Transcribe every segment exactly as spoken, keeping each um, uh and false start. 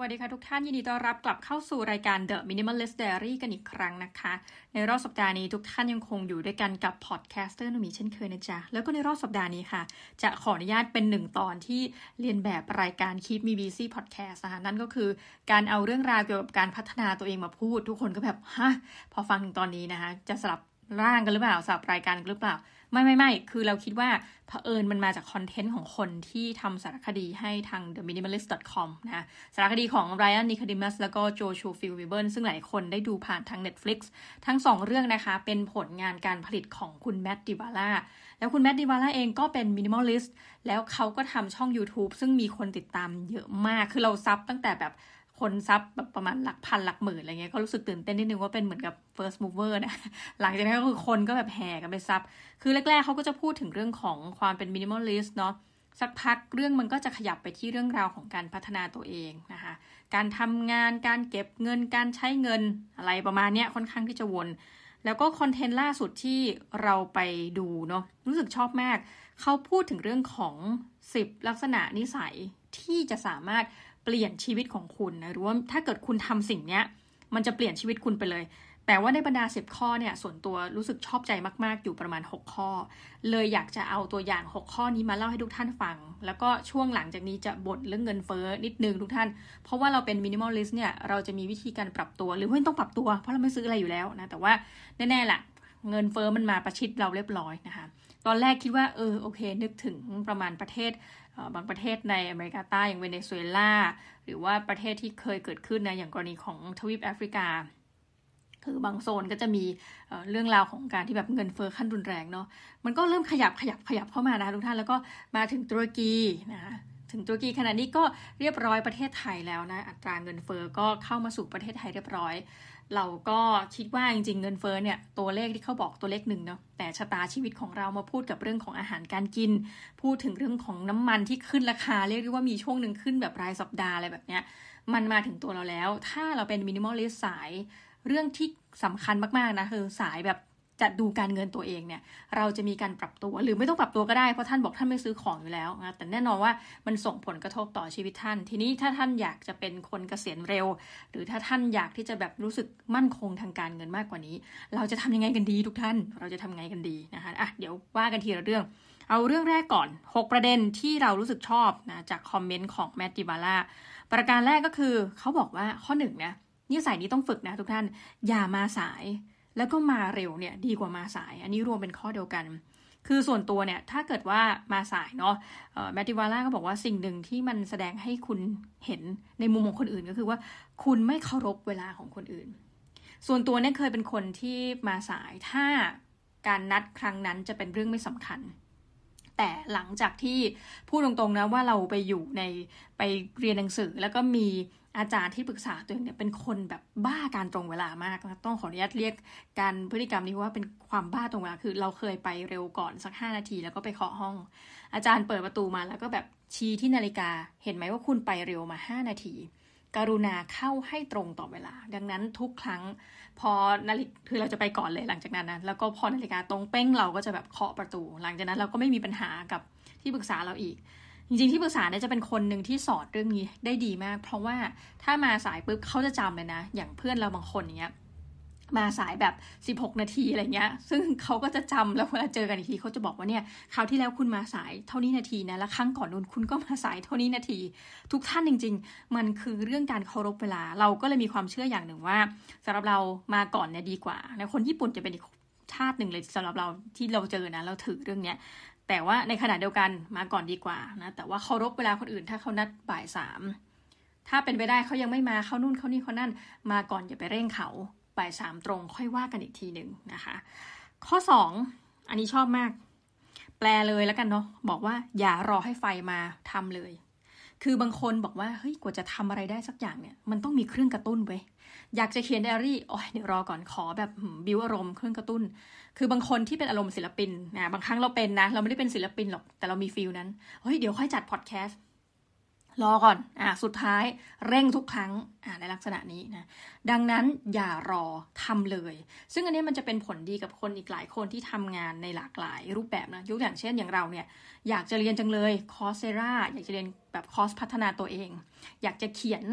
วัสดีค่ะทุกท่านยินดีต้อนรับกลับเข้าสู่รายการ The Minimalist Diary กันอีกครั้งนะคะในรอบสัปดาห์นี้ทุกท่านยังคงอยู่ด้วยกันกับพอดแคสเตอร์หนุ่มเช่นเคยนะจ๊ะแล้วก็ในรอบสัปดาห์นี้ค่ะจะขออนุญาตเป็นหนึ่งตอนที่เรียนแบบรายการ Keep Me Busy Podcast นะคะนั่นก็คือการเอาเรื่องราวเกี่ยวกับการพัฒนาตัวเองมาพูดทุกคนก็แบบฮะพอฟังถึงตอนนี้นะคะจะสลับร่างกันหรือเปล่าสลับรายการกันหรือเปล่าไม่ไม่ไม่คือเราคิดว่าเผอิญมันมาจากคอนเทนต์ของคนที่ทำสารคดีให้ทาง เดอะ มินิมอลิสต์ ดอท คอม นะสารคดีของ Ryan Nicodemus แล้วก็ Joshua Fields ซึ่งหลายคนได้ดูผ่านทาง Netflix ทั้งสองเรื่องนะคะเป็นผลงานการผลิตของคุณแมตต์ดิวาล่าแล้วคุณแมตต์ดิวาล่าเองก็เป็น Minimalist แล้วเขาก็ทำช่อง YouTube ซึ่งมีคนติดตามเยอะมากคือเราซับตั้งแต่แบบคนซับแบบประมาณหลักพันหลักหมื่นอะไรเงี้ยก็รู้สึกตื่นเต้นนิดนึงว่าเป็นเหมือนกับ first mover นะหลังจากนั้นก็คือคนก็แบบแห่กันไปซับคือแรกๆเขาก็จะพูดถึงเรื่องของความเป็น minimalist เนาะสักพักเรื่องมันก็จะขยับไปที่เรื่องราวของการพัฒนาตัวเองนะคะการทำงานการเก็บเงินการใช้เงินอะไรประมาณนี้ค่อนข้างที่จะวนแล้วก็คอนเทนต์ล่าสุดที่เราไปดูเนาะรู้สึกชอบมากเขาพูดถึงเรื่องของสิบลักษณะนิสัยที่จะสามารถเปลี่ยนชีวิตของคุณนะหรือว่าถ้าเกิดคุณทำสิ่งนี้มันจะเปลี่ยนชีวิตคุณไปเลยแต่ว่าในบรรดาสิบข้อเนี่ยส่วนตัวรู้สึกชอบใจมากๆอยู่ประมาณหกข้อเลยอยากจะเอาตัวอย่างหกข้อนี้มาเล่าให้ทุกท่านฟังแล้วก็ช่วงหลังจากนี้จะบ่นเรื่องเงินเฟ้อนิดนึงทุกท่านเพราะว่าเราเป็นมินิมอลลิสต์เนี่ยเราจะมีวิธีการปรับตัวหรือไม่ต้องปรับตัวเพราะเราไม่ซื้ออะไรอยู่แล้วนะแต่ว่าแน่ๆแหละเงินเฟ้อมันมาประชิดเราเรียบร้อยนะคะตอนแรกคิดว่าเออโอเคนึกถึงประมาณประเทศบางประเทศในอเมริกาใต้อย่างเวเนซุเอลาหรือว่าประเทศที่เคยเกิดขึ้นนะอย่างกรณีของทวีปแอฟริกาคือบางโซนก็จะมีเอ่อเรื่องราวของการที่แบบเงินเฟ้อขั้นรุนแรงเนาะมันก็เริ่มขยับขยับขยับเข้ามานะคะทุกท่านแล้วก็มาถึงตุรกีนะคะถึงตุรกีขณะนี้ก็เรียบร้อยประเทศไทยแล้วนะอัตราเงินเฟ้อก็เข้ามาสู่ประเทศไทยเรียบร้อยเราก็คิดว่าจริงๆเงินเฟ้อเนี่ยตัวเลขที่เขาบอกตัวเลขหนึ่งเนาะแต่ชะตาชีวิตของเรามาพูดกับเรื่องของอาหารการกินพูดถึงเรื่องของน้ำมันที่ขึ้นราคาเรียกได้ว่ามีช่วงหนึ่งขึ้นแบบรายสัปดาห์อะไรแบบเนี้ยมันมาถึงตัวเราแล้วถ้าเราเป็นมินิมอลลิสต์สายเรื่องที่สำคัญมากๆนะคือสายแบบจะดูการเงินตัวเองเนี่ยเราจะมีการปรับตัวหรือไม่ต้องปรับตัวก็ได้เพราะท่านบอกท่านไม่ซื้อของอยู่แล้วนะแต่แน่นอนว่ามันส่งผลกระทบต่อชีวิตท่านทีนี้ถ้าท่านอยากจะเป็นคนเกษียณเร็วหรือถ้าท่านอยากที่จะแบบรู้สึกมั่นคงทางการเงินมากกว่านี้เราจะทำยังไงกันดีทุกท่านเราจะทำยังไงกันดีนะคะอ่ะเดี๋ยวว่ากันทีละเรื่องเอาเรื่องแรกก่อนหกประเด็นที่เรารู้สึกชอบนะจากคอมเมนต์ของแมตต์ดิบาล่าประการแรกก็คือเขาบอกว่าข้อหนึ่งนะนิสัยนี้ต้องฝึกนะทุกท่านอย่ามาสายแล้วก็มาเร็วเนี่ยดีกว่ามาสายอันนี้รวมเป็นข้อเดียวกันคือส่วนตัวเนี่ยถ้าเกิดว่ามาสายเนาะแมตติวาล่าก็บอกว่าสิ่งหนึ่งที่มันแสดงให้คุณเห็นในมุมของคนอื่นก็คือว่าคุณไม่เคารพเวลาของคนอื่นส่วนตัวเนี่ยเคยเป็นคนที่มาสายถ้าการนัดครั้งนั้นจะเป็นเรื่องไม่สำคัญแต่หลังจากที่พูดตรงๆนะว่าเราไปอยู่ในไปเรียนหนังสือแล้วก็มีอาจารย์ที่ปรึกษาตัวเองเนี่ยเป็นคนแบบบ้าการตรงเวลามากนะต้องขออนุญาตเรียกการพฤติกรรมนี้ว่าเป็นความบ้าตรงเวลาคือเราเคยไปเร็วก่อนสักห้านาทีแล้วก็ไปเคาะห้องอาจารย์เปิดประตูมาแล้วก็แบบชี้ที่นาฬิกาเห็นไหมว่าคุณไปเร็วมาห้านาทีกรุณาเข้าให้ตรงต่อเวลาดังนั้นทุกครั้งพอนาฬิกาคือเราจะไปก่อนเลยหลังจากนั้นนะแล้วก็พอนาฬิกาตรงเป้งเราก็จะแบบเคาะประตูหลังจากนั้นเราก็ไม่มีปัญหากับที่ปรึกษาเราอีกจริงๆที่ปรึกษาเนี่ยจะเป็นคนหนึ่งที่สอนเรื่องนี้ได้ดีมากเพราะว่าถ้ามาสายปุ๊บเขาจะจำเลยนะอย่างเพื่อนเราบางคนอย่างเงี้ยมาสายแบบสิบหกนาทีอะไรเงี้ยซึ่งเขาก็จะจำแล้วเวลาเจอกันอีกทีเขาจะบอกว่าเนี่ยคราวที่แล้วคุณมาสายเท่านี้นาทีนะแล้วครั้งก่อนนู้นคุณก็มาสายเท่านี้นาทีทุกท่านจริงๆมันคือเรื่องการเคารพเวลาเราก็เลยมีความเชื่ออย่างหนึ่งว่าสำหรับเรามาก่อนเนี่ยดีกว่าในคนญี่ปุ่นจะเป็นอีกชาติหนึ่งเลยสำหรับเราที่เราเจอนะเราถือเรื่องเนี้ยแต่ว่าในขณะเดียวกันมาก่อนดีกว่านะแต่ว่าเคารพเวลาคนอื่นถ้าเขานัดบ่ายสามถ้าเป็นไปได้เขายังไม่มาเขานู่นเขานี่เขานั่นมาก่อนอย่าไปเร่งเขาบ่ายสามตรงค่อยว่ากันอีกทีหนึ่งนะคะข้อสองอันนี้ชอบมากแปลเลยแล้วกันเนาะบอกว่าอย่ารอให้ไฟมาทำเลยคือบางคนบอกว่าเฮ้ยกว่าจะทำอะไรได้สักอย่างเนี่ยมันต้องมีเครื่องกระตุ้นเว้ยอยากจะเขียนไดอารี่โอ้ยเดี๋ยวรอก่อนขอแบบบิวอารมณ์เครื่องกระตุ้นคือบางคนที่เป็นอารมณ์ศิลปินนะบางครั้งเราเป็นนะเราไม่ได้เป็นศิลปินหรอกแต่เรามีฟีลนั้นเฮ้ยเดี๋ยวค่อยจัดพอดแคสต์รอก่อนอ่ะสุดท้ายเร่งทุกครั้งอ่ะในลักษณะนี้นะดังนั้นอย่ารอทำเลยซึ่งอันนี้มันจะเป็นผลดีกับคนอีกหลายคนที่ทำงานในหลากหลายรูปแบบนะยกอย่างเช่นอย่างเราเนี่ยอยากจะเรียนจังเลยคอร์สเซราอยากจะเรียนแบบคอร์สพัฒนาตัวเองอยากจะเขียน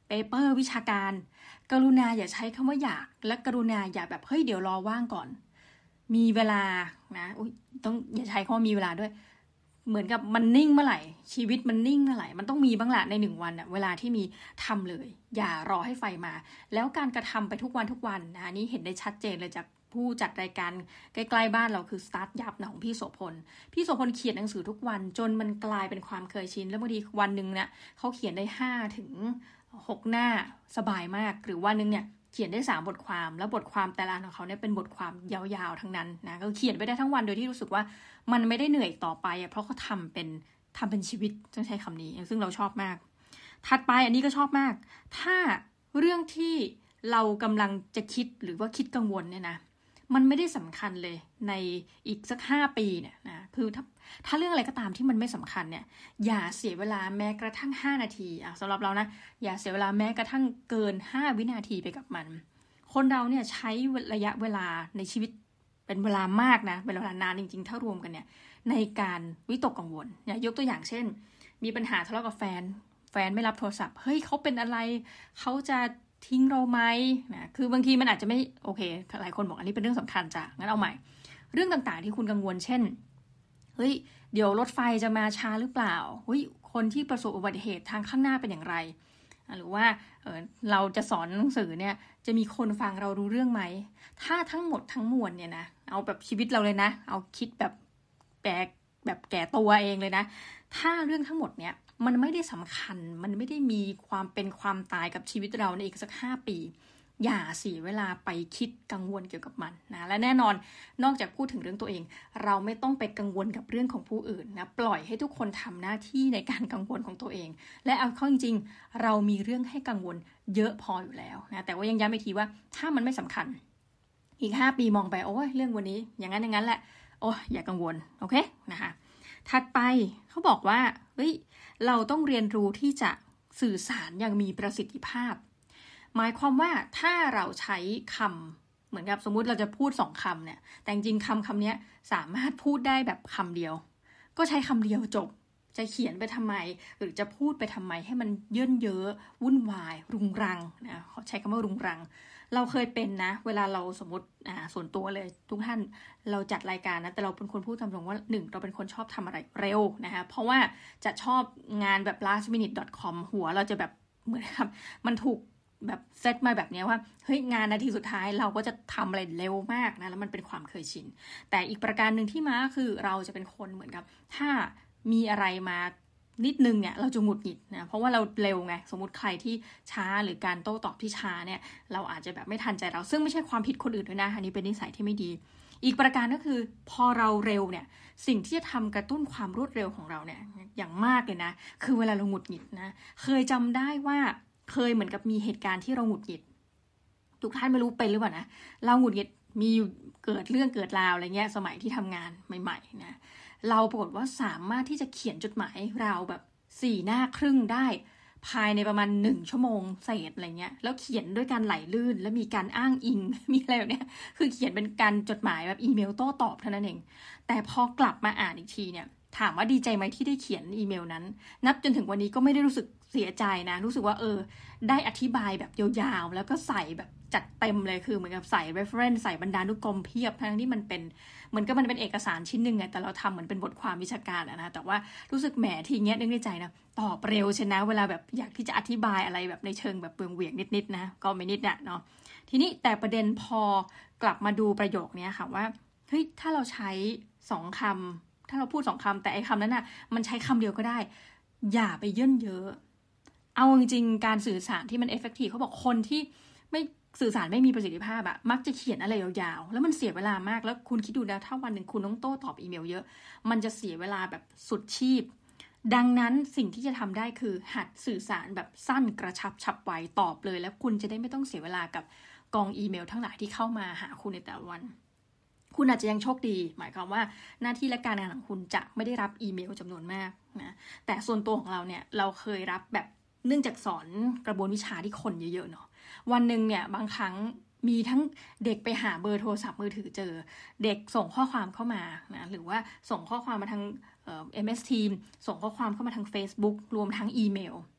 เปเปอร์วิชาการกรุณาอย่าใช้คำว่าอยากและกรุณาอย่าแบบเฮ้ยเดี๋ยวรอว่างก่อนมีเวลานะอุ๊ยต้องอย่าใช้คำว่ามีเวลาด้วยเหมือนกับมันนิ่งเมื่อไหร่ชีวิตมันนิ่งเมื่อไหร่มันต้องมีบ้างละในหนึ่งวันอะเวลาที่มีทำเลยอย่ารอให้ไฟมาแล้วการกระทำไปทุกวันทุกวันนะอันนี้เห็นได้ชัดเจนเลยจากผู้จัดรายการใกล้ๆบ้านเราคือสตาร์ทยับนะของพี่โสพลพี่โสพลเขียนหนังสือทุกวันจนมันกลายเป็นความเคยชินแล้วบางทีวันหนึ่งเนี่ยเขาเขียนได้ห้าถึงหกหน้าสบายมากหรือวันนึงเนี่ยเขียนได้สามบทความแล้วบทความแต่ละของเขาเนี่ยเป็นบทความยาวๆทั้งนั้นนะก็เขียนไปได้ทั้งวันโดยที่รู้สึกว่ามันไม่ได้เหนื่อยต่อไปเพราะเขาทำเป็นทำเป็นชีวิตต้องใช้คำนี้ซึ่งเราชอบมากถัดไปอันนี้ก็ชอบมากถ้าเรื่องที่เรากำลังจะคิดหรือว่าคิดกังวลเนี่ยนะมันไม่ได้สำคัญเลยในอีกสักห้าปีเนี่ยนะคือถ้าถ้าเรื่องอะไรก็ตามที่มันไม่สำคัญเนี่ยอย่าเสียเวลาแม้กระทั่งห้านาทีอ่ะสำหรับเรานะอย่าเสียเวลาแม้กระทั่งเกินห้าวินาทีไปกับมันคนเราเนี่ยใช้ระยะเวลาในชีวิตเป็นเวลามากนะเป็นเวลานานจริงๆถ้ารวมกันเนี่ยในการวิตกกังวลเนี่ยยกตัวอย่างเช่นมีปัญหาทะเลาะกับแฟนแฟนไม่รับโทรศัพท์เฮ้ยเขาเป็นอะไรเขาจะทิ้งเราไหมนะคือบางทีมันอาจจะไม่โอเคหลายคนบอกอันนี้เป็นเรื่องสำคัญจ้ะงั้นเอาใหม่เรื่องต่างๆที่คุณกังวลเช่นเฮ้ยเดี๋ยวรถไฟจะมาช้าหรือเปล่าเฮ้ยคนที่ประสบอุบัติเหตุทางข้างหน้าเป็นอย่างไรหรือว่า เ, เราจะสอนหนังสือเนี่ยจะมีคนฟังเรารู้เรื่องไหมถ้าทั้งหมดทั้งมวลเนี่ยนะเอาแบบชีวิตเราเลยนะเอาคิดแบบแบกแบบแก่ตัวเองเลยนะถ้าเรื่องทั้งหมดเนี่ยมันไม่ได้สำคัญมันไม่ได้มีความเป็นความตายกับชีวิตเราในอีกสักห้าปีอย่าเสียเวลาไปคิดกังวลเกี่ยวกับมันนะและแน่นอนนอกจากพูดถึงเรื่องตัวเองเราไม่ต้องไปกังวลกับเรื่องของผู้อื่นนะปล่อยให้ทุกคนทำหน้าที่ในการกังวลของตัวเองและเอาเข้าจริงๆเรามีเรื่องให้กังวลเยอะพออยู่แล้วนะแต่ว่ายังย้ำอีกทีว่าถ้ามันไม่สำคัญอีกห้าปีมองไปโอ้ยเรื่องวันนี้อย่างนั้นอย่างนั้นแหละโอ้ยอย่ากังวลโอเคนะคะถัดไปเขาบอกว่าเฮ้ยเราต้องเรียนรู้ที่จะสื่อสารอย่างมีประสิทธิภาพหมายความว่าถ้าเราใช้คำเหมือนกับสมมุติเราจะพูดสองคำเนี่ยแต่จริงๆคำคำนี้สามารถพูดได้แบบคำเดียวก็ใช้คำเดียวจบจะเขียนไปทำไมหรือจะพูดไปทำไมให้มันเยินเยอะวุ่นวายรุงรังนะเขาใช้คำว่ารุงรังเราเคยเป็นนะเวลาเราสมมติอ่าส่วนตัวเลยทุกท่านเราจัดรายการนะแต่เราเป็นคนพูดตามตรงว่าหนึ่งเราเป็นคนชอบทำอะไรเร็วนะคะเพราะว่าจะชอบงานแบบ last minute dot com หัวเราจะแบบเหมือนครับมันถูกแบบเซตมาแบบนี้ว่าเฮ้ยงานนาทีสุดท้ายเราก็จะทำอะไรเร็วมากนะแล้วมันเป็นความเคยชินแต่อีกประการหนึ่งที่มาคือเราจะเป็นคนเหมือนกับถ้ามีอะไรมานิดนึงเนี่ยเราจะหงุดหงิดนะเพราะว่าเราเร็วไงสมมุติใครที่ช้าหรือการโต้ตอบที่ช้าเนี่ยเราอาจจะแบบไม่ทันใจเราซึ่งไม่ใช่ความผิดคนอื่นด้วยนะอันนี้เป็นนิสัยที่ไม่ดีอีกประการก็คือพอเราเร็วเนี่ยสิ่งที่จะทำกระตุ้นความรวดเร็วของเราเนี่ยอย่างมากเลยนะคือเวลาเราหงุดหงิดนะเคยจำได้ว่าเคยเหมือนกับมีเหตุการณ์ที่เราหงุดหงิดทุกท่านไม่รู้เป็นหรือเปล่านะเราหงุดหงิดมีเกิดเรื่องเกิดราวอะไรเงี้ยสมัยที่ทำงานใหม่ๆนะเราปรากฏว่าสามารถที่จะเขียนจดหมายเราแบบสี่หน้าครึ่งได้ภายในประมาณหนึ่งชั่วโมงเศษอะไรเงี้ยแล้วเขียนด้วยการไหลลื่นและมีการอ้างอิงมีอะไรแบบเนี้ยคือเขียนเป็นการจดหมายแบบอีเมลโต้ตอบเท่านั้นเองแต่พอกลับมาอ่านอีกทีเนี่ยถามว่าดีใจไหมที่ได้เขียนอีเมลนั้นนับจนถึงวันนี้ก็ไม่ได้รู้สึกเสียใจนะรู้สึกว่าเออได้อธิบายแบบยาวๆแล้วก็ใส่แบบจัดเต็มเลยคือเหมือนกับใส่ reference ใส่บรรดานุกรมเพียบทั้งที่มันเป็นเหมือนกับมันเป็นเอกสารชิ้นหนึ่งไงแต่เราทำเหมือนเป็นบทความวิชาการนะแต่ว่ารู้สึกแหมทีเงี้ยนึกในใจนะตอบเร็วใช่นะเวลาแบบอยากที่จะอธิบายอะไรแบบในเชิงแบบเปลืองเหวี่ยงนิดๆนะก็ไม่นิดนะเนาะทีนี้แต่ประเด็นพอกลับมาดูประโยคนี้ค่ะว่าเฮ้ยถ้าเราใช้สองคำถ้าเราพูดสองคำแต่ไอ้คำนั้นน่ะมันใช้คำเดียวก็ได้อย่าไปเยินเยอะเอาจริงๆการสื่อสารที่มันเอฟเฟกตีฟเขาบอกคนที่ไม่สื่อสารไม่มีประสิทธิภาพอะมักจะเขียนอะไรยาวๆแล้วมันเสียเวลามากแล้วคุณคิดดูนะถ้าวันหนึ่งคุณต้องโต้ตอบอีเมลเยอะมันจะเสียเวลาแบบสุดชีพดังนั้นสิ่งที่จะทำได้คือหัดสื่อสารแบบสั้นกระชับฉับไวตอบเลยแล้วคุณจะได้ไม่ต้องเสียเวลากับกองอีเมลทั้งหลายที่เข้ามาหาคุณในแต่ละวันคุณอาจจะยังโชคดีหมายความว่าหน้าที่และการงานของคุณจะไม่ได้รับอีเมลจำนวนมากนะแต่ส่วนตัวของเราเนี่ยเราเคยรับแบบเนื่องจากสอนกระบวนวิชาที่คนเยอะๆเนาะวันหนึ่งเนี่ยบางครั้งมีทั้งเด็กไปหาเบอร์โทรศัพท์มือถือเจอเด็กส่งข้อความเข้ามานะหรือว่าส่งข้อความมาทางเอ่อ เอ็ม เอส Team ส่งข้อความเข้ามาทาง Facebook รวมทั้งอีเมล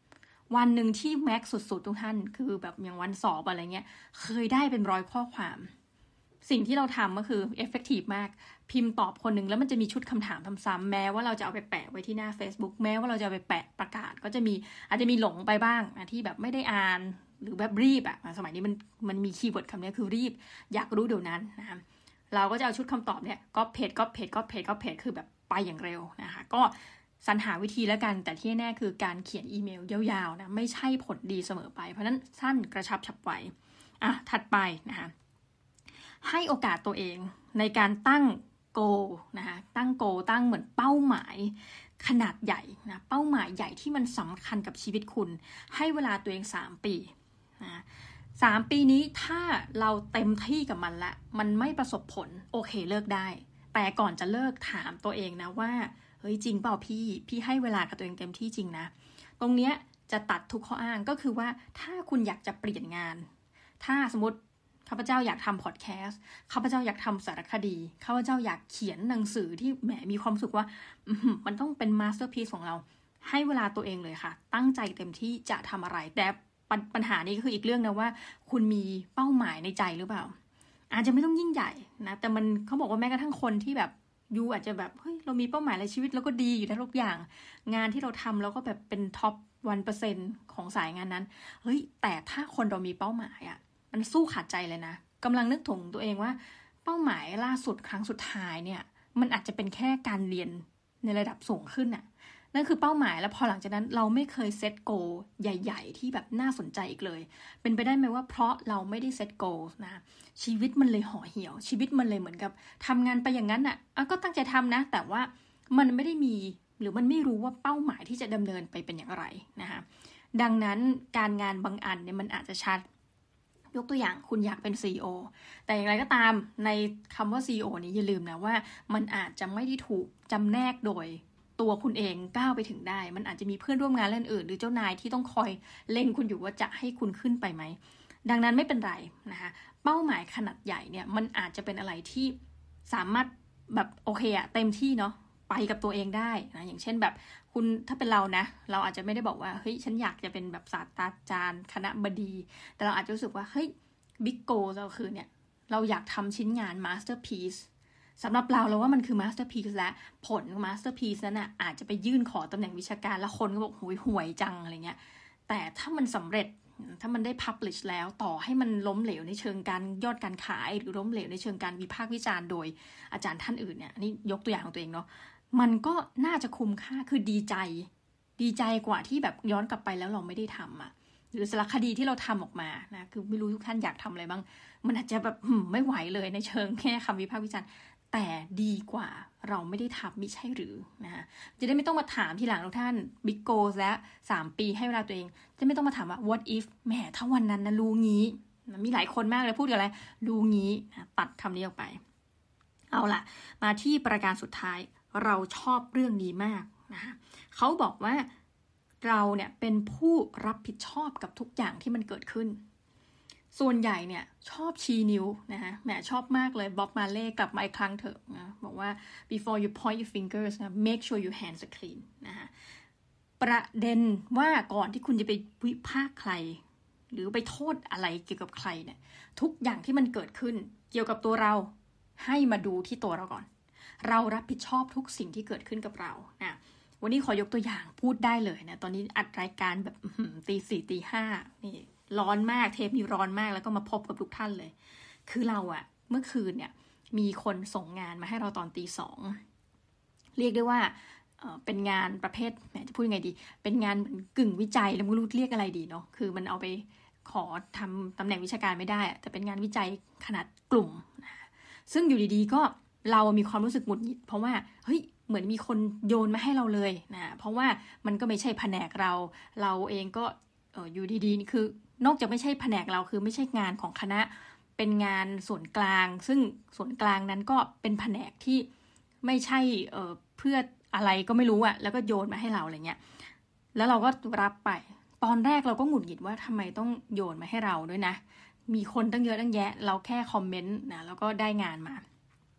วันหนึ่งที่แม็กสุดๆทุกท่านคือแบบอย่างวันสอบอะไรเงี้ยเคยได้เป็นร้อยข้อความสิ่งที่เราทำก็คือเอฟเฟกตีฟมากพิมพ์ตอบคนหนึ่งแล้วมันจะมีชุดคำถามซ้ำๆแม้ว่าเราจะเอาไปแปะไว้ที่หน้า Facebook แม้ว่าเราจะเอาไปแปะประกาศก็จะมีอาจจะมีหลงไปบ้างนะที่แบบไม่ได้อ่านหรือแบบรีบอะสมัยนี้มันมันมีคีย์เวิร์ดคำนี้คือรีบอยากรู้เดี๋ยวนั้นนะคะเราก็จะเอาชุดคำตอบเนี่ยก๊อปเพจก๊อปเพจก๊อปเพจก๊อปเพจคือแบบไปอย่างเร็วนะคะก็สรรหาวิธีแล้วกันแต่ที่แน่คือการเขียนอีเมลยาวๆนะไม่ใช่ผลดีเสมอไปเพราะนั้นสั้นกระชับฉับไวอ่ะถัดไปนะคะให้โอกาสตัวเองในการตั้งโกนะคะตั้งโกตั้งเหมือนเป้าหมายขนาดใหญ่นะเป้าหมายใหญ่ที่มันสำคัญกับชีวิตคุณให้เวลาตัวเองสามปีนะสามปีนี้ถ้าเราเต็มที่กับมันละมันไม่ประสบผลโอเคเลิกได้แต่ก่อนจะเลิกถามตัวเองนะว่าเฮ้ยจริงเปล่าพี่พี่ให้เวลากับตัวเองเต็มที่จริงนะตรงเนี้ยจะตัดทุกข้ออ้างก็คือว่าถ้าคุณอยากจะเปลี่ยนงานถ้าสมมติข้าพเจ้าอยากทำพอดแคสต์ข้าพเจ้าอยากทำสารคดีข้าพเจ้าอยากเขียนหนังสือที่แหมมีความสุขว่ามันต้องเป็นมาสเตอร์พีซของเราให้เวลาตัวเองเลยค่ะตั้งใจเต็มที่จะทำอะไรแต่ปัญหานี้ก็คืออีกเรื่องนะว่าคุณมีเป้าหมายในใจหรือเปล่าอาจจะไม่ต้องยิ่งใหญ่นะแต่มันเขาบอกว่าแม้กระทั่งคนที่แบบยูอาจจะแบบเฮ้ยเรามีเป้าหมายในชีวิตแล้วก็ดีอยู่ในทุกอย่างงานที่เราทำแล้วก็แบบเป็นท็อปวันเปอร์เซ็นต์ของสายงานนั้นเฮ้ยแต่ถ้าคนเรามีเป้าหมายอะมันสู้ขาดใจเลยนะกำลังนึกถึงตัวเองว่าเป้าหมายล่าสุดครั้งสุดท้ายเนี่ยมันอาจจะเป็นแค่การเรียนในระดับสูงขึ้นน่ะนั่นคือเป้าหมายแล้วพอหลังจากนั้นเราไม่เคยเซตโกใหญ่ๆที่แบบน่าสนใจอีกเลยเป็นไปได้ไหมว่าเพราะเราไม่ได้เซตโกนะชีวิตมันเลยห่อเหี่ยวชีวิตมันเลยเหมือนกับทำงานไปอย่างนั้นน่ะก็ตั้งใจทำนะแต่ว่ามันไม่ได้มีหรือมันไม่รู้ว่าเป้าหมายที่จะดำเนินไปเป็นอย่างไรนะคะดังนั้นการงานบางอันเนี่ยมันอาจจะชัดยกตัวอย่างคุณอยากเป็น ซี อี โอ แต่อย่างไรก็ตามในคำว่า ซี อี โอ นี้อย่าลืมนะว่ามันอาจจะไม่ได้ถูกจำแนกโดยตัวคุณเองก้าวไปถึงได้มันอาจจะมีเพื่อนร่วมงานเล่นอื่นหรือเจ้านายที่ต้องคอยเล็งคุณอยู่ว่าจะให้คุณขึ้นไปไหมดังนั้นไม่เป็นไรนะคะเป้าหมายขนาดใหญ่เนี่ยมันอาจจะเป็นอะไรที่สามารถแบบโอเคอะเต็มที่เนาะไปกับตัวเองได้นะอย่างเช่นแบบคุณถ้าเป็นเรานะเราอาจจะไม่ได้บอกว่าเฮ้ยฉันอยากจะเป็นแบบศาสตราจารย์คณบดีแต่เราอาจจะรู้สึกว่าเฮ้ยบิ๊กโกเราคือเนี่ยเราอยากทำชิ้นงานมาสเตอร์พีซสำหรับเราเราว่ามันคือมาสเตอร์พีซและผลมาสเตอร์พีซนั้นน่ะอาจจะไปยื่นขอตำแหน่งวิชาการแล้วคนก็บอกห่วยห่วยจังอะไรเงี้ยแต่ถ้ามันสำเร็จถ้ามันได้ publish แล้วต่อให้มันล้มเหลวในเชิงการยอดการขายหรือล้มเหลวในเชิงการวิพากษ์วิจารณ์โดยอาจารย์ท่านอื่นเนี่ยนี่ยกตัวอย่างของตัวเองเนาะมันก็น่าจะคุ้มค่าคือดีใจดีใจกว่าที่แบบย้อนกลับไปแล้วเราไม่ได้ทำอ่ะหรือสารคดีที่เราทำออกมานะคือไม่รู้ทุกท่านอยากทำอะไรบ้างมันอาจจะแบบไม่ไหวเลยในเชิงแค่คำวิพากษ์วิจารณ์แต่ดีกว่าเราไม่ได้ทำไม่ใช่หรือนะจะได้ไม่ต้องมาถามทีหลังทุกท่าน Big Goals และสามปีให้เวลาตัวเองจะไม่ต้องมาถามว่า what if แหมถ้าวันนั้นนะรู้งี้มีหลายคนมากเลยพูดกันอะไรรู้งี้ตัดคำนี้ออกไปเอาล่ะมาที่ประการสุดท้ายเราชอบเรื่องนี้มากนะคะเขาบอกว่าเราเนี่ยเป็นผู้รับผิดชอบกับทุกอย่างที่มันเกิดขึ้นส่วนใหญ่เนี่ยชอบชี้นิ้วนะฮะแหมชอบมากเลยบ๊อบมาเล่กลับมาอีกครั้งเถอะนะบอกว่า before you point your fingers นะ make sure your hands are clean นะฮะประเด็นว่าก่อนที่คุณจะไปวิพากษ์ใครหรือไปโทษอะไรเกี่ยวกับใครเนี่ยทุกอย่างที่มันเกิดขึ้นเกี่ยวกับตัวเราให้มาดูที่ตัวเราก่อนเรารับผิดชอบทุกสิ่งที่เกิดขึ้นกับเรานะวันนี้ขอยกตัวอย่างพูดได้เลยนะตอนนี้อัดรายการแบบตีสี่ตีห้านี่ร้อนมากเทปนี้ร้อนมากแล้วก็มาพบกับทุกท่านเลยคือเราอะเมื่อคืนเนี่ยมีคนส่งงานมาให้เราตอนตีสองเรียกได้ว่าเอ่อเป็นงานประเภทแหมจะพูดยังไงดีเป็นงานเหมือนกึ่งวิจัยแล้วไม่รู้เรียกอะไรดีเนาะคือมันเอาไปขอทำตำแหน่งวิชาการไม่ได้แต่เป็นงานวิจัยขนาดกลุ่มนะซึ่งอยู่ดีๆก็เรามีความรู้สึกหงุดหงิดเพราะว่าเฮ้ยเหมือนมีคนโยนมาให้เราเลยนะเพราะว่ามันก็ไม่ใช่แผนกเราเราเองก็เอออยู่ดีๆนี่คือนอกจากไม่ใช่แผนกเราคือไม่ใช่งานของคณะเป็นงานส่วนกลางซึ่งส่วนกลางนั้นก็เป็นแผนกที่ไม่ใช่เอ่อเพื่ออะไรก็ไม่รู้อะแล้วก็โยนมาให้เราอะไรเงี้ยแล้วเราก็รับไปตอนแรกเราก็หงุดหงิดว่าทำไมต้องโยนมาให้เราด้วยนะมีคนตั้งเยอะตั้งแยะเราแค่คอมเมนต์นะแล้วก็ได้งานมา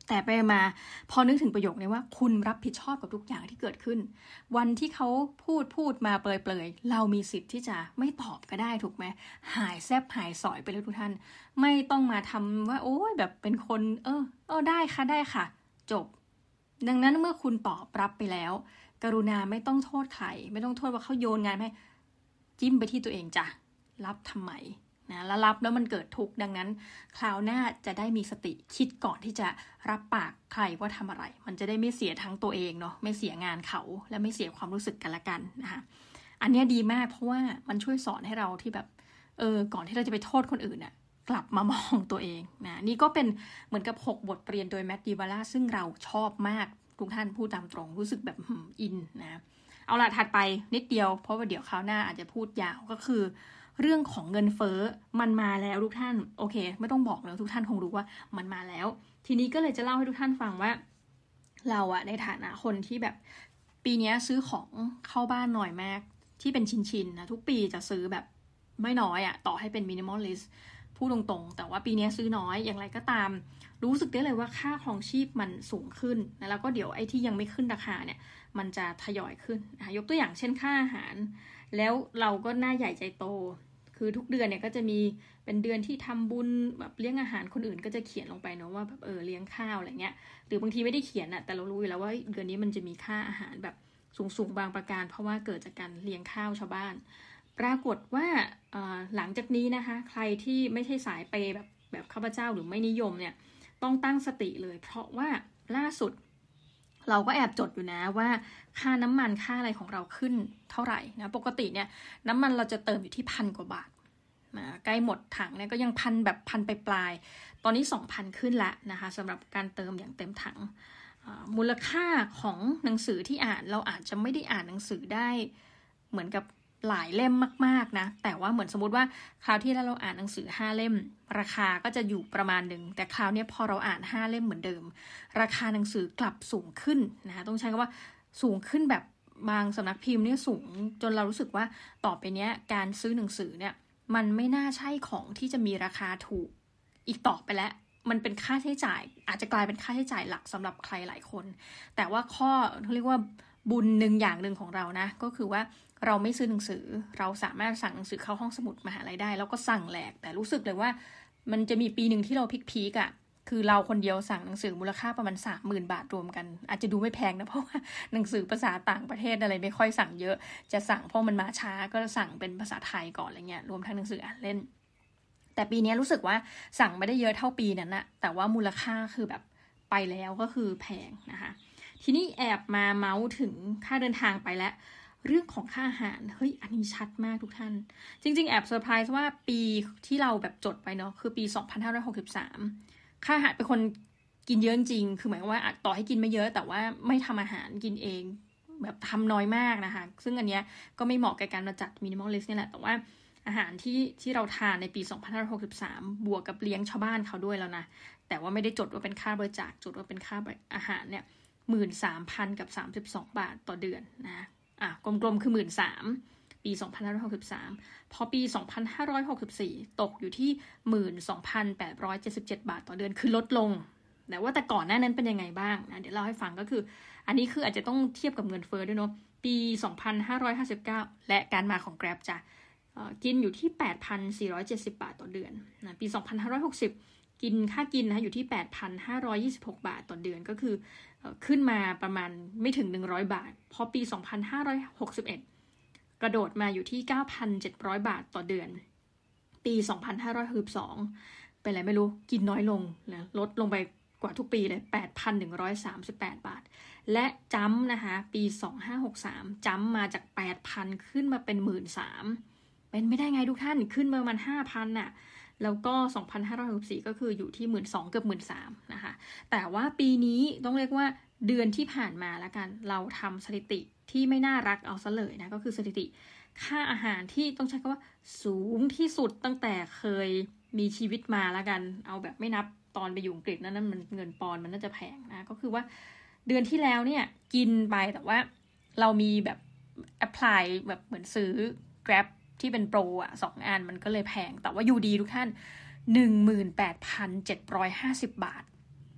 แต่ไปมาพอนึกถึงประโยคนี้ว่าคุณรับผิดชอบกับทุกอย่างที่เกิดขึ้นวันที่เขาพูดพูดมาเปลยๆเรามีสิทธิ์ที่จะไม่ตอบก็ได้ถูกไหมหายแซบหายสอยไปเลยทุกท่านไม่ต้องมาทำว่าโอ้ยแบบเป็นคนเออเออได้ค่ะได้ค่ะจบดังนั้นเมื่อคุณตอบรับไปแล้วกรุณาไม่ต้องโทษใครไม่ต้องโทษว่าเขาโยนงานให้จิ้มไปที่ตัวเองจ้ะรับทำไมนะแล้วรับแล้วมันเกิดทุกข์ดังนั้นคราวหน้าจะได้มีสติคิดก่อนที่จะรับปากใครว่าทำอะไรมันจะได้ไม่เสียทั้งตัวเองเนาะไม่เสียงานเขาและไม่เสียความรู้สึกกันละกันนะคะอันนี้ดีมากเพราะว่ามันช่วยสอนให้เราที่แบบเออก่อนที่เราจะไปโทษคนอื่นน่ะกลับมามองตัวเองนะนี่ก็เป็นเหมือนกับหกบทเรียนโดยแมทดิวาล่าซึ่งเราชอบมากทุกท่านพูดตามตรงรู้สึกแบบอินนะเอาล่ะถัดไปนิดเดียวเพราะว่าเดี๋ยวคราวหน้าอาจจะพูดยาวก็คือเรื่องของเงินเฟ้อมันมาแล้วทุกท่านโอเคไม่ต้องบอกแล้วทุกท่านคงรู้ว่ามันมาแล้วทีนี้ก็เลยจะเล่าให้ทุกท่านฟังว่าเราอะในฐานะคนที่แบบปีนี้ซื้อของเข้าบ้านหน่อยมากที่เป็นชิ้นๆนะทุกปีจะซื้อแบบไม่น้อยอะต่อให้เป็นมินิมอลลิสต์พูดตรงๆแต่ว่าปีนี้ซื้อน้อยอย่างไรก็ตามรู้สึกได้เลยว่าค่าครองชีพมันสูงขึ้นนะแล้วก็เดี๋ยวไอ้ที่ยังไม่ขึ้นราคาเนี่ยมันจะทยอยขึ้นนะยกตัวอย่างเช่นค่าอาหารแล้วเราก็หน้าใหญ่ใจโตคือทุกเดือนเนี่ยก็จะมีเป็นเดือนที่ทำบุญแบบเลี้ยงอาหารคนอื่นก็จะเขียนลงไปเนาะว่าแบบเออเลี้ยงข้าวอะไรเงี้ยหรือบางทีไม่ได้เขียนอะแต่เรารู้อยู่แล้วว่าเดือนนี้มันจะมีค่าอาหารแบบสูงๆบางประการเพราะว่าเกิดจากการเลี้ยงข้าวชาวบ้านปรากฏว่าหลังจากนี้นะคะใครที่ไม่ใช่สายเปย์แบบแบบข้าพเจ้าหรือไม่นิยมเนี่ยต้องตั้งสติเลยเพราะว่าล่าสุดเราก็แอบจดอยู่นะว่าค่าน้ำมันค่าอะไรของเราขึ้นเท่าไหร่นะปกติเนี่ยน้ำมันเราจะเติมอยู่ที่พันกว่าบาทนะใกล้หมดถังเนี่ยก็ยังพันแบบพันไปปลายตอนนี้ สองพัน ขึ้นละนะคะสำหรับการเติมอย่างเต็มถังมูลค่าของหนังสือที่อ่านเราอาจจะไม่ได้อ่านหนังสือได้เหมือนกับหลายเล่มมากๆนะแต่ว่าเหมือนสมมติว่าคราวที่แล้วเราอ่านหนังสือห้าเล่มราคาก็จะอยู่ประมาณหนึ่งแต่คราวนี้พอเราอ่านห้าเล่มเหมือนเดิมราคาหนังสือกลับสูงขึ้นนะคะต้องใช้คำว่าสูงขึ้นแบบบางสำนักพิมพ์เนี่ยสูงจนเรารู้สึกว่าต่อไปเนี้ยการซื้อหนังสือเนี่ยมันไม่น่าใช่ของที่จะมีราคาถูกอีกต่อไปแล้วมันเป็นค่าใช้จ่ายอาจจะกลายเป็นค่าใช้จ่ายหลักสำหรับใครหลายคนแต่ว่าข้อเขาเรียกว่าบุญหนึ่งอย่างหนึ่งของเรานะก็คือว่าเราไม่ซื้อหนังสือเราสามารถสั่งหนังสือเข้าห้องสมุดมหาลัยได้แล้วก็สั่งแหลกแต่รู้สึกเลยว่ามันจะมีปีหนึ่งที่เราพีคๆอ่ะคือเราคนเดียวสั่งหนังสือมูลค่าประมาณ สามหมื่น บาทรวมกันอาจจะดูไม่แพงนะเพราะว่าหนังสือภาษาต่างประเทศอะไรไม่ค่อยสั่งเยอะจะสั่งเพราะมันมาช้าก็สั่งเป็นภาษาไทยก่อนอะไรเงี้ยรวมทั้งหนังสืออ่านเล่นแต่ปีนี้รู้สึกว่าสั่งไม่ได้เยอะเท่าปีนั้นนะแต่ว่ามูลค่าคือแบบไปแล้วก็คือแพงนะคะทีนี้แอบมาเมาส์ถึงค่าเดินทางไปแล้วเรื่องของค่าอาหารเฮ้ยอันนี้ชัดมากทุกท่านจริงๆแอบเซอร์ไพรส์ว่าปีที่เราแบบจดไปเนาะคือปีสองพันห้าร้อยหกสิบสามค่าอาหารเป็นคนกินเยอะจริงคือหมายความว่าต่อให้กินไม่เยอะแต่ว่าไม่ทำอาหารกินเองแบบทำน้อยมากนะคะซึ่งอันเนี้ยก็ไม่เหมาะกับการมาจัดมินิมอลลิสต์นี่แหละแต่ว่าอาหารที่ที่เราทานในปีสองพันห้าร้อยหกสิบสามบวกกับเลี้ยงชาวบ้านเขาด้วยแล้วนะแต่ว่าไม่ได้จดว่าเป็นค่าบริจาคจดว่าเป็นค่าอาหารเนี่ย หนึ่งหมื่นสามพัน กับสามสิบสองบาทต่อเดือนนะอ่ะกลมๆคือ หนึ่งหมื่นสามพัน ปีสองพันห้าร้อยหกสิบสามพอปีสองพันห้าร้อยหกสิบสี่ตกอยู่ที่ หนึ่งหมื่นสองพันแปดร้อยเจ็ดสิบเจ็ด บาทต่อเดือนคือลดลงแต่ว่าแต่ก่อนหน้านั้นเป็นยังไงบ้างนะเดี๋ยวเล่าให้ฟังก็คืออันนี้คืออาจจะต้องเทียบกับเงินเฟ้อด้วยเนาะปีสองพันห้าร้อยห้าสิบเก้าและการมาของ Grab จะกินอยู่ที่ แปดพันสี่ร้อยเจ็ดสิบ บาทต่อเดือนนะปีสองพันห้าร้อยหกสิบกินค่ากินนะอยู่ที่ แปดพันห้าร้อยยี่สิบหก บาทต่อเดือนก็คือขึ้นมาประมาณไม่ถึงหนึ่งร้อยบาทพอปีสองพันห้าร้อยหกสิบเอ็ดกระโดดมาอยู่ที่ เก้าพันเจ็ดร้อย บาทต่อเดือนปีสองพันห้าร้อยหกสิบสองเป็นอะไรไม่รู้กินน้อยลงนะลดลงไปกว่าทุกปีเลย แปดพันหนึ่งร้อยสามสิบแปด บาทและจัมป์นะคะปีสองพันห้าร้อยหกสิบสามจัมป์มาจาก แปดพัน ขึ้นมาเป็น หนึ่งหมื่นสามพัน เป็นไม่ได้ไงทุกท่านขึ้นมาประมาณ ห้าพัน น่ะแล้วก็สองพันห้าร้อยหกสิบสี่ก็คืออยู่ที่ หนึ่งหมื่นสองพัน เกือบ หนึ่งหมื่นสามพัน นะคะแต่ว่าปีนี้ต้องเรียกว่าเดือนที่ผ่านมาแล้วกันเราทำสถิติที่ไม่น่ารักเอาซะเลยนะก็คือสถิติค่าอาหารที่ต้องใช้คำว่าสูงที่สุดตั้งแต่เคยมีชีวิตมาแล้วกันเอาแบบไม่นับตอนไปอยู่อังกฤษนั่นนั่นมันเงินปอนด์มันน่าจะแพงนะก็คือว่าเดือนที่แล้วเนี่ยกินไปแต่ว่าเรามีแบบแอพพลายแบบเหมือนซื้อ Grabที่เป็นโปรอ่ะสองอันมันก็เลยแพงแต่ว่าอยู่ดีทุกท่าน หนึ่งหมื่นแปดพันเจ็ดร้อยห้าสิบ บาท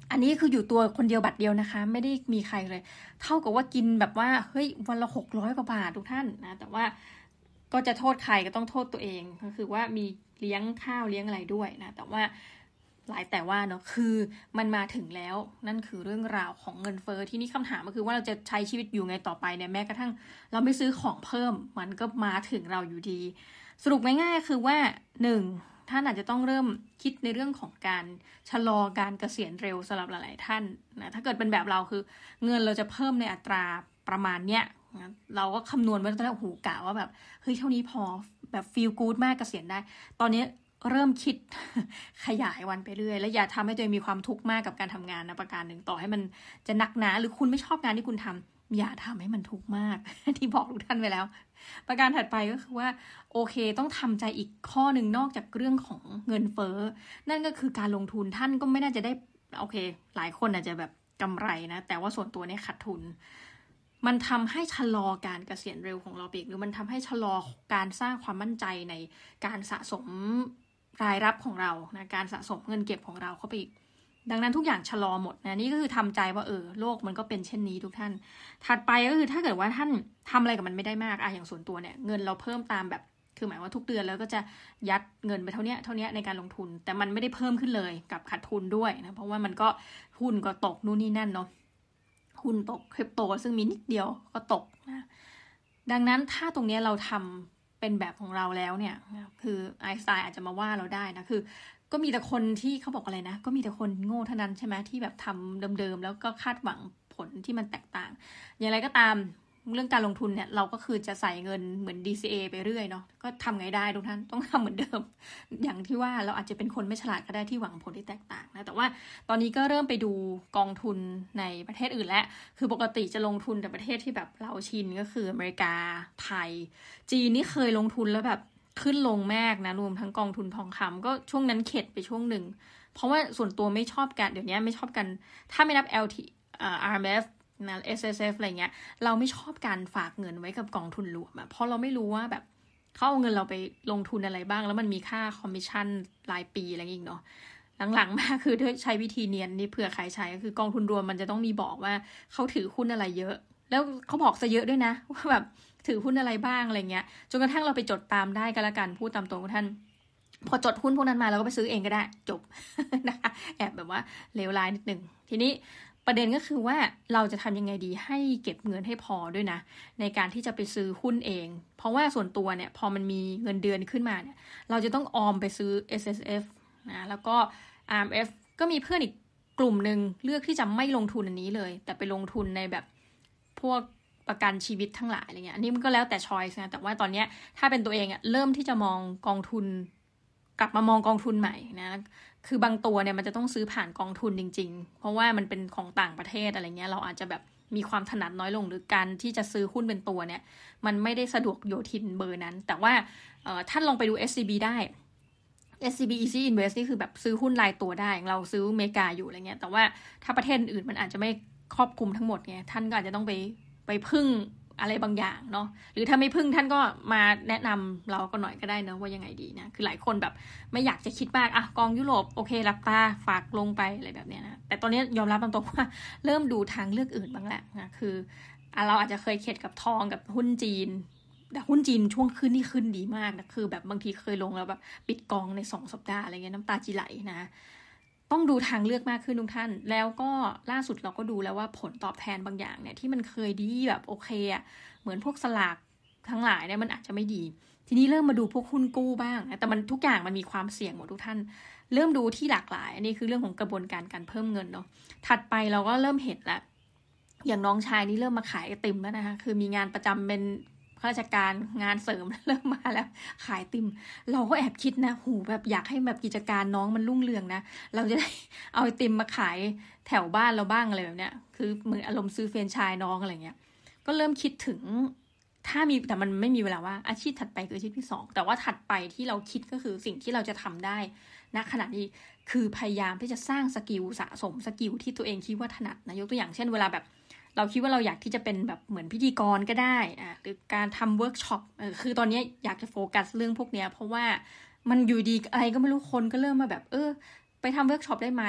อันนี้คืออยู่ตัวคนเดียวบัตรเดียวนะคะไม่ได้มีใครเลยเท่ากับว่ากินแบบว่าเฮ้ยวันละหกร้อยกว่าบาททุกท่านนะแต่ว่าก็จะโทษใครก็ต้องโทษตัวเองก็คือว่ามีเลี้ยงข้าวเลี้ยงอะไรด้วยนะแต่ว่าหลายแต่ว่าเนาะคือมันมาถึงแล้วนั่นคือเรื่องราวของเงินเฟ้อที่นี่คำถามก็คือว่าเราจะใช้ชีวิตอยู่ไงต่อไปเนี่ยแม้กระทั่งเราไม่ซื้อของเพิ่มมันก็มาถึงเราอยู่ดีสรุปง่ายๆคือว่าหนึ่งท่านอาจจะต้องเริ่มคิดในเรื่องของการชะลอการเกษียณเร็วสำหรับหลายๆท่านนะถ้าเกิดเป็นแบบเราคือเงินเราจะเพิ่มในอัตราประมาณเนี้ยนะเราก็คำนวณไว้ตั้งแต่หูกะว่าแบบเฮ้ยเท่านี้พอแบบฟีลกู๊ดมากเกษียณได้ตอนนี้เริ่มคิด ขยายวันไปเรื่อยและอย่าทำให้ตัวเองมีความทุกข์มากกับการทำงานนะประการหนึ่งต่อให้มันจะหนักหนาหรือคุณไม่ชอบงานที่คุณทำอย่าทำให้มันทุกข์มาก ที่บอกทุกท่านไปแล้วประการถัดไปก็คือว่าโอเคต้องทำใจอีกข้อหนึ่งนอกจากเรื่องของเงินเฟ้อนั่นก็คือการลงทุนท่านก็ไม่น่าจะได้โอเคหลายคนอาจจะแบบกำไรนะแต่ว่าส่วนตัวเนี่ยขาดทุนมันทำให้ชะลอการเกษียณเร็วของเราไปอีกหรือมันทำให้ชะลอการสร้างความมั่นใจในการสะสมรายรับของเรานะการสะสมเงินเก็บของเราเข้าไปอีกดังนั้นทุกอย่างชะลอหมดนะนี่ก็คือทำใจว่าเออโลกมันก็เป็นเช่นนี้ทุกท่านถัดไปก็คือถ้าเกิดว่าท่านทำอะไรกับมันไม่ได้มากอะอย่างส่วนตัวเนี่ยเงินเราเพิ่มตามแบบคือหมายว่าทุกเดือนแล้วก็จะยัดเงินไปเท่านี้เท่านี้ในการลงทุนแต่มันไม่ได้เพิ่มขึ้นเลยกับขาดทุนด้วยนะเพราะว่ามันก็หุ้นก็ตกนู่นนี่นั่นเนาะหุ้นตกคริปโตซึ่งมีนิดเดียวก็ตกนะดังนั้นถ้าตรงนี้เราทำเป็นแบบของเราแล้วเนี่ยคือไอน์สไตน์อาจจะมาว่าเราได้นะคือก็มีแต่คนที่เขาบอกอะไรนะก็มีแต่คนโง่เท่านั้นใช่ไหมที่แบบทำเดิมๆแล้วก็คาดหวังผลที่มันแตกต่างอย่างไรก็ตามเรื่องการลงทุนเนี่ยเราก็คือจะใส่เงินเหมือน ดี ซี เอ ไปเรื่อยเนาะก็ทำไงได้ทุกท่านต้องทำเหมือนเดิมอย่างที่ว่าเราอาจจะเป็นคนไม่ฉลาดก็ได้ที่หวังผลที่แตกต่างนะแต่ว่าตอนนี้ก็เริ่มไปดูกองทุนในประเทศอื่นแล้วคือปกติจะลงทุนแต่ประเทศที่แบบเราชินก็คืออเมริกาไทยจีนนี่เคยลงทุนแล้วแบบขึ้นลงมากนะรวมทั้งกองทุนทองคำก็ช่วงนั้นเข็ดไปช่วงหนึ่งเพราะว่าส่วนตัวไม่ชอบกันเดี๋ยวนี้ไม่ชอบกันถ้าไม่นับ แอล ที อ่า อาร์ เอ็ม เอฟ นะ เอส เอส เอฟ อะไรเงี้ยเราไม่ชอบการฝากเงินไว้กับกองทุนรวมอะเพราะเราไม่รู้ว่าแบบเขาเอาเงินเราไปลงทุนอะไรบ้างแล้วมันมีค่าคอมมิชชั่นรายปีอะไรอย่างเงี้ยเนาะหลังๆมาคือใช้วิธีเนียนนี่เผื่อใครใช้ก็คือกองทุนรวมมันจะต้องมีบอกว่าเขาถือหุ้นอะไรเยอะแล้วเขาบอกซะเยอะด้วยนะว่าแบบถือหุ้นอะไรบ้างอะไรเงี้ยจนกระทั่งเราไปจดตามได้ก็แล้วกันพูดตามตรงกับท่านพอจดหุ้นพวกนั้นมาเราก็ไปซื้อเองก็ได้จบ นะคะแอบแบบว่าเลวร้ายนิดนึงทีนี้ประเด็นก็คือว่าเราจะทำยังไงดีให้เก็บเงินให้พอด้วยนะในการที่จะไปซื้อหุ้นเองเพราะว่าส่วนตัวเนี่ยพอมันมีเงินเดือนขึ้นมาเนี่ยเราจะต้องออมไปซื้อ เอส เอส เอฟ นะแล้วก็ อาร์ เอ็ม เอฟ ก็มีเพื่อนอีกกลุ่มหนึ่งเลือกที่จะไม่ลงทุนอันนี้เลยแต่ไปลงทุนในแบบพวกประกันชีวิตทั้งหลายอะไรเงี้ยอันนี้มันก็แล้วแต่ช้อยส์นะแต่ว่าตอนนี้ถ้าเป็นตัวเองอะเริ่มที่จะมองกองทุนกลับมามองกองทุนใหม่นะคือบางตัวเนี่ยมันจะต้องซื้อผ่านกองทุนจริงๆเพราะว่ามันเป็นของต่างประเทศอะไรเงี้ยเราอาจจะแบบมีความถนัดน้อยลงหรือการที่จะซื้อหุ้นเป็นตัวเนี่ยมันไม่ได้สะดวกโยทินเบอร์นั้นแต่ว่าท่านลองไปดู เอส ซี บี ได้ เอส ซี บี Easy Invest นี่คือแบบซื้อหุ้นรายตัวได้เราซื้ออเมริกาอยู่อะไรเงี้ยแต่ว่าถ้าประเทศอื่นมันอาจจะไม่ครอบคลุมทั้งหมดไงท่านก็อาจจะต้องไปไปพึ่งอะไรบางอย่างเนาะหรือถ้าไม่พึ่งท่านก็มาแนะนำเราก็หน่อยก็ได้นะว่ายังไงดีนะคือหลายคนแบบไม่อยากจะคิดมากอะกองยุโรปโอเครับตาฝากลงไปอะไรแบบเนี้ยนะแต่ตอนนี้ยอมรับตรงๆว่าเริ่มดูทางเลือกอื่นบ้างแหละนะคือเราอาจจะเคยเข็ดกับทองกับหุ้นจีนแต่หุ้นจีนช่วงขึ้นนี่ขึ้นดีมากนะคือแบบบางทีเคยลงแล้วแบบปิดกองในสองสัปดาห์อะไรเงี้ยน้ำตาจีไหลนะต้องดูทางเลือกมากขึ้นทุกท่านแล้วก็ล่าสุดเราก็ดูแล้วว่าผลตอบแทนบางอย่างเนี่ยที่มันเคยดีแบบโอเคอะเหมือนพวกสลากทั้งหลายเนี่ยมันอาจจะไม่ดีทีนี้เริ่มมาดูพวกหุ้นกู้บ้างนะแต่มันทุกอย่างมันมีความเสี่ยงหมดทุกท่านเริ่มดูที่หลากหลายอันนี้คือเรื่องของกระบวนการการเพิ่มเงินเนาะถัดไปเราก็เริ่มเห็นแล้วอย่างน้องชายนี่เริ่มมาขายไอติมแล้วนะคะคือมีงานประจำเป็นข้าราชการงานเสริมเริ่มมาแล้วขายติมเราก็แอบคิดนะหูแบบอยากให้แบบกิจการน้องมันรุ่งเรืองนะเราจะได้เอาไอติมมาขายแถวบ้านเราบ้างอะไรแบบเนี้ยคือเหมือนอารมณ์ซื้อเฟรนไชส์น้องอะไรเงี้ยก็เริ่มคิดถึงถ้ามีแต่มันไม่มีเวลาว่าอาชีพถัดไปคืออาชีพที่สองแต่ว่าถัดไปที่เราคิดก็คือสิ่งที่เราจะทำได้ณขณะนี้คือพยายามที่จะสร้างสกิลสะสมสกิลที่ตัวเองคิดว่าถนัดนะยกตัวอย่างเช่นเวลาแบบเราคิดว่าเราอยากที่จะเป็นแบบเหมือนพิธีกรก็ได้อ่ะหรือการทำเวิร์กช็อปเออคือตอนนี้อยากจะโฟกัสเรื่องพวกเนี้ยเพราะว่ามันอยู่ดีอะไรก็ไม่รู้คนก็เริ่มมาแบบเออไปทำเวิร์กช็อปได้ไหม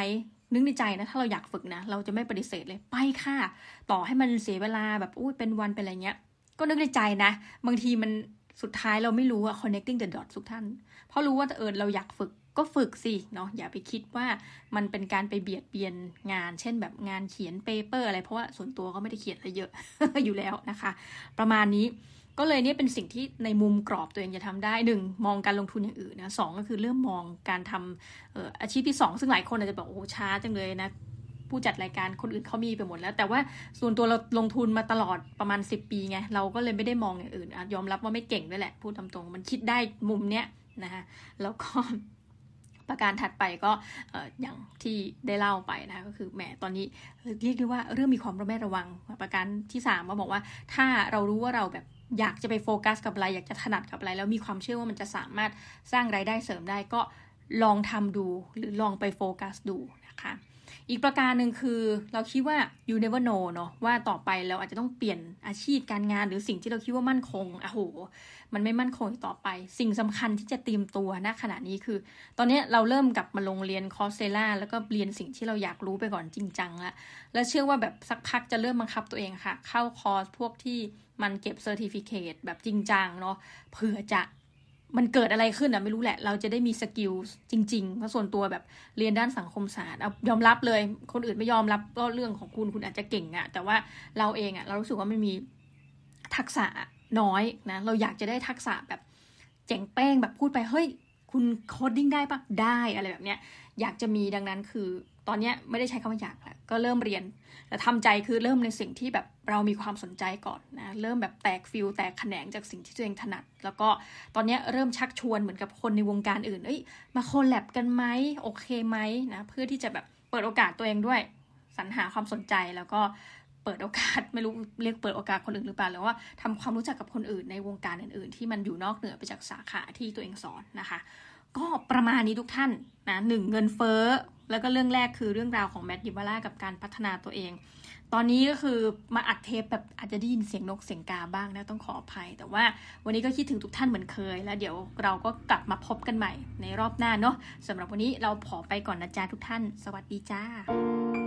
นึกในใจนะถ้าเราอยากฝึกนะเราจะไม่ปฏิเสธเลยไปค่ะต่อให้มันเสียเวลาแบบอุ้ยเป็นวันเป็นอะไรเงี้ยก็นึกในใจนะบางทีมันสุดท้ายเราไม่รู้อะ connecting the dots ทุกท่านเพราะรู้ว่าเออเราอยากฝึกก็ฝึกสิเนาะอย่าไปคิดว่ามันเป็นการไปเบียดเบียนงานเช่นแบบงานเขียนเปเปอร์อะไรเพราะว่าส่วนตัวก็ไม่ได้เขียนอะไรเยอะ อยู่แล้วนะคะประมาณนี้ก็เลยเนี่ยเป็นสิ่งที่ในมุมกรอบตัวเองจะทำได้หนึ่งมองการลงทุนอย่างอื่นนะสองก็คือเริ่มมองการทำเอ่ออาชีพที่สองซึ่งหลายคนอาจจะบอกโอ้ช้าจังเลยนะผู้จัดรายการคนอื่นเขามีไปหมดแล้วแต่ว่าส่วนตัวเราลงทุนมาตลอดประมาณสิบปีไงเราก็เลยไม่ได้มองอย่างอื่นยอมรับว่าไม่เก่งด้วยแหละพูดตามตรงมันคิดได้มุมเนี้ยนะคะแล้วก็ประการถัดไปก็อย่างที่ได้เล่าไปนะก็คือแหมตอนนี้เรียกได้ว่าเรื่องมีความระแวดระวังประการที่สามก็บอกว่าถ้าเรารู้ว่าเราแบบอยากจะไปโฟกัสกับอะไรอยากจะถนัดกับอะไรแล้วมีความเชื่อว่ามันจะสามารถสร้างรายได้เสริมได้ก็ลองทำดูหรือลองไปโฟกัสดูนะคะอีกประการหนึ่งคือเราคิดว่า you never know เนาะว่าต่อไปเราอาจจะต้องเปลี่ยนอาชีพการงานหรือสิ่งที่เราคิดว่ามั่นคงอ่ะโหมันไม่มั่นคงอีกต่อไปสิ่งสำคัญที่จะเตรียมตัวณขณะนี้คือตอนนี้เราเริ่มกลับมาลงเรียนคอร์สเซล่าแล้วก็เรียนสิ่งที่เราอยากรู้ไปก่อนจริงจังแล้วแล้วเชื่อว่าแบบสักพักจะเริ่มบังคับตัวเองค่ะเข้าคอร์สพวกที่มันเก็บเซอร์ติฟิเคตแบบจริงจังเนาะเผื่อจะมันเกิดอะไรขึ้นอ่ะไม่รู้แหละเราจะได้มีสกิลจริงๆเพราะส่วนตัวแบบเรียนด้านสังคมศาสตร์เอายอมรับเลยคนอื่นไม่ยอมรับก็เรื่องของคุณคุณอาจจะเก่งอ่ะแต่ว่าเราเองอ่ะเรารู้สึกว่ามันมีทักษะน้อยนะเราอยากจะได้ทักษะแบบเจ๋งเป้งแบบพูดไปเฮ้ยคุณโคดดิ้งได้ปะได้อะไรแบบเนี้ยอยากจะมีดังนั้นคือตอนนี้ไม่ได้ใช้คำว่าอยากแล้วก็เริ่มเรียนแต่ทำใจคือเริ่มในสิ่งที่แบบเรามีความสนใจก่อนนะเริ่มแบบแตกฟิลแตกแขนงจากสิ่งที่ตัวเองถนัดแล้วก็ตอนนี้เริ่มชักชวนเหมือนกับคนในวงการอื่นเอ้ยมาโคแลบกันไหมโอเคไหมนะเพื่อที่จะแบบเปิดโอกาสตัวเองด้วยสรรหาความสนใจแล้วก็เปิดโอกาสไม่รู้เรียกเปิดโอกาสคนอื่นหรือเปล่าหรือว่าทำความรู้จักกับคนอื่นในวงการอื่นๆที่มันอยู่นอกเหนือไปจากสาขาที่ตัวเองสอนนะคะก็ประมาณนี้ทุกท่านนะหนึ่งเงินเฟ้อแล้วก็เรื่องแรกคือเรื่องราวของแมทดิวาร่ากับการพัฒนาตัวเองตอนนี้ก็คือมาอัดเทปแบบอาจจะได้ยินเสียงนกเสียงกาบ้างนะต้องขออภัยแต่ว่าวันนี้ก็คิดถึงทุกท่านเหมือนเคยแล้วเดี๋ยวเราก็กลับมาพบกันใหม่ในรอบหน้าเนาะสำหรับวันนี้เราขอไปก่อนนะจ๊ะทุกท่านสวัสดีจ้า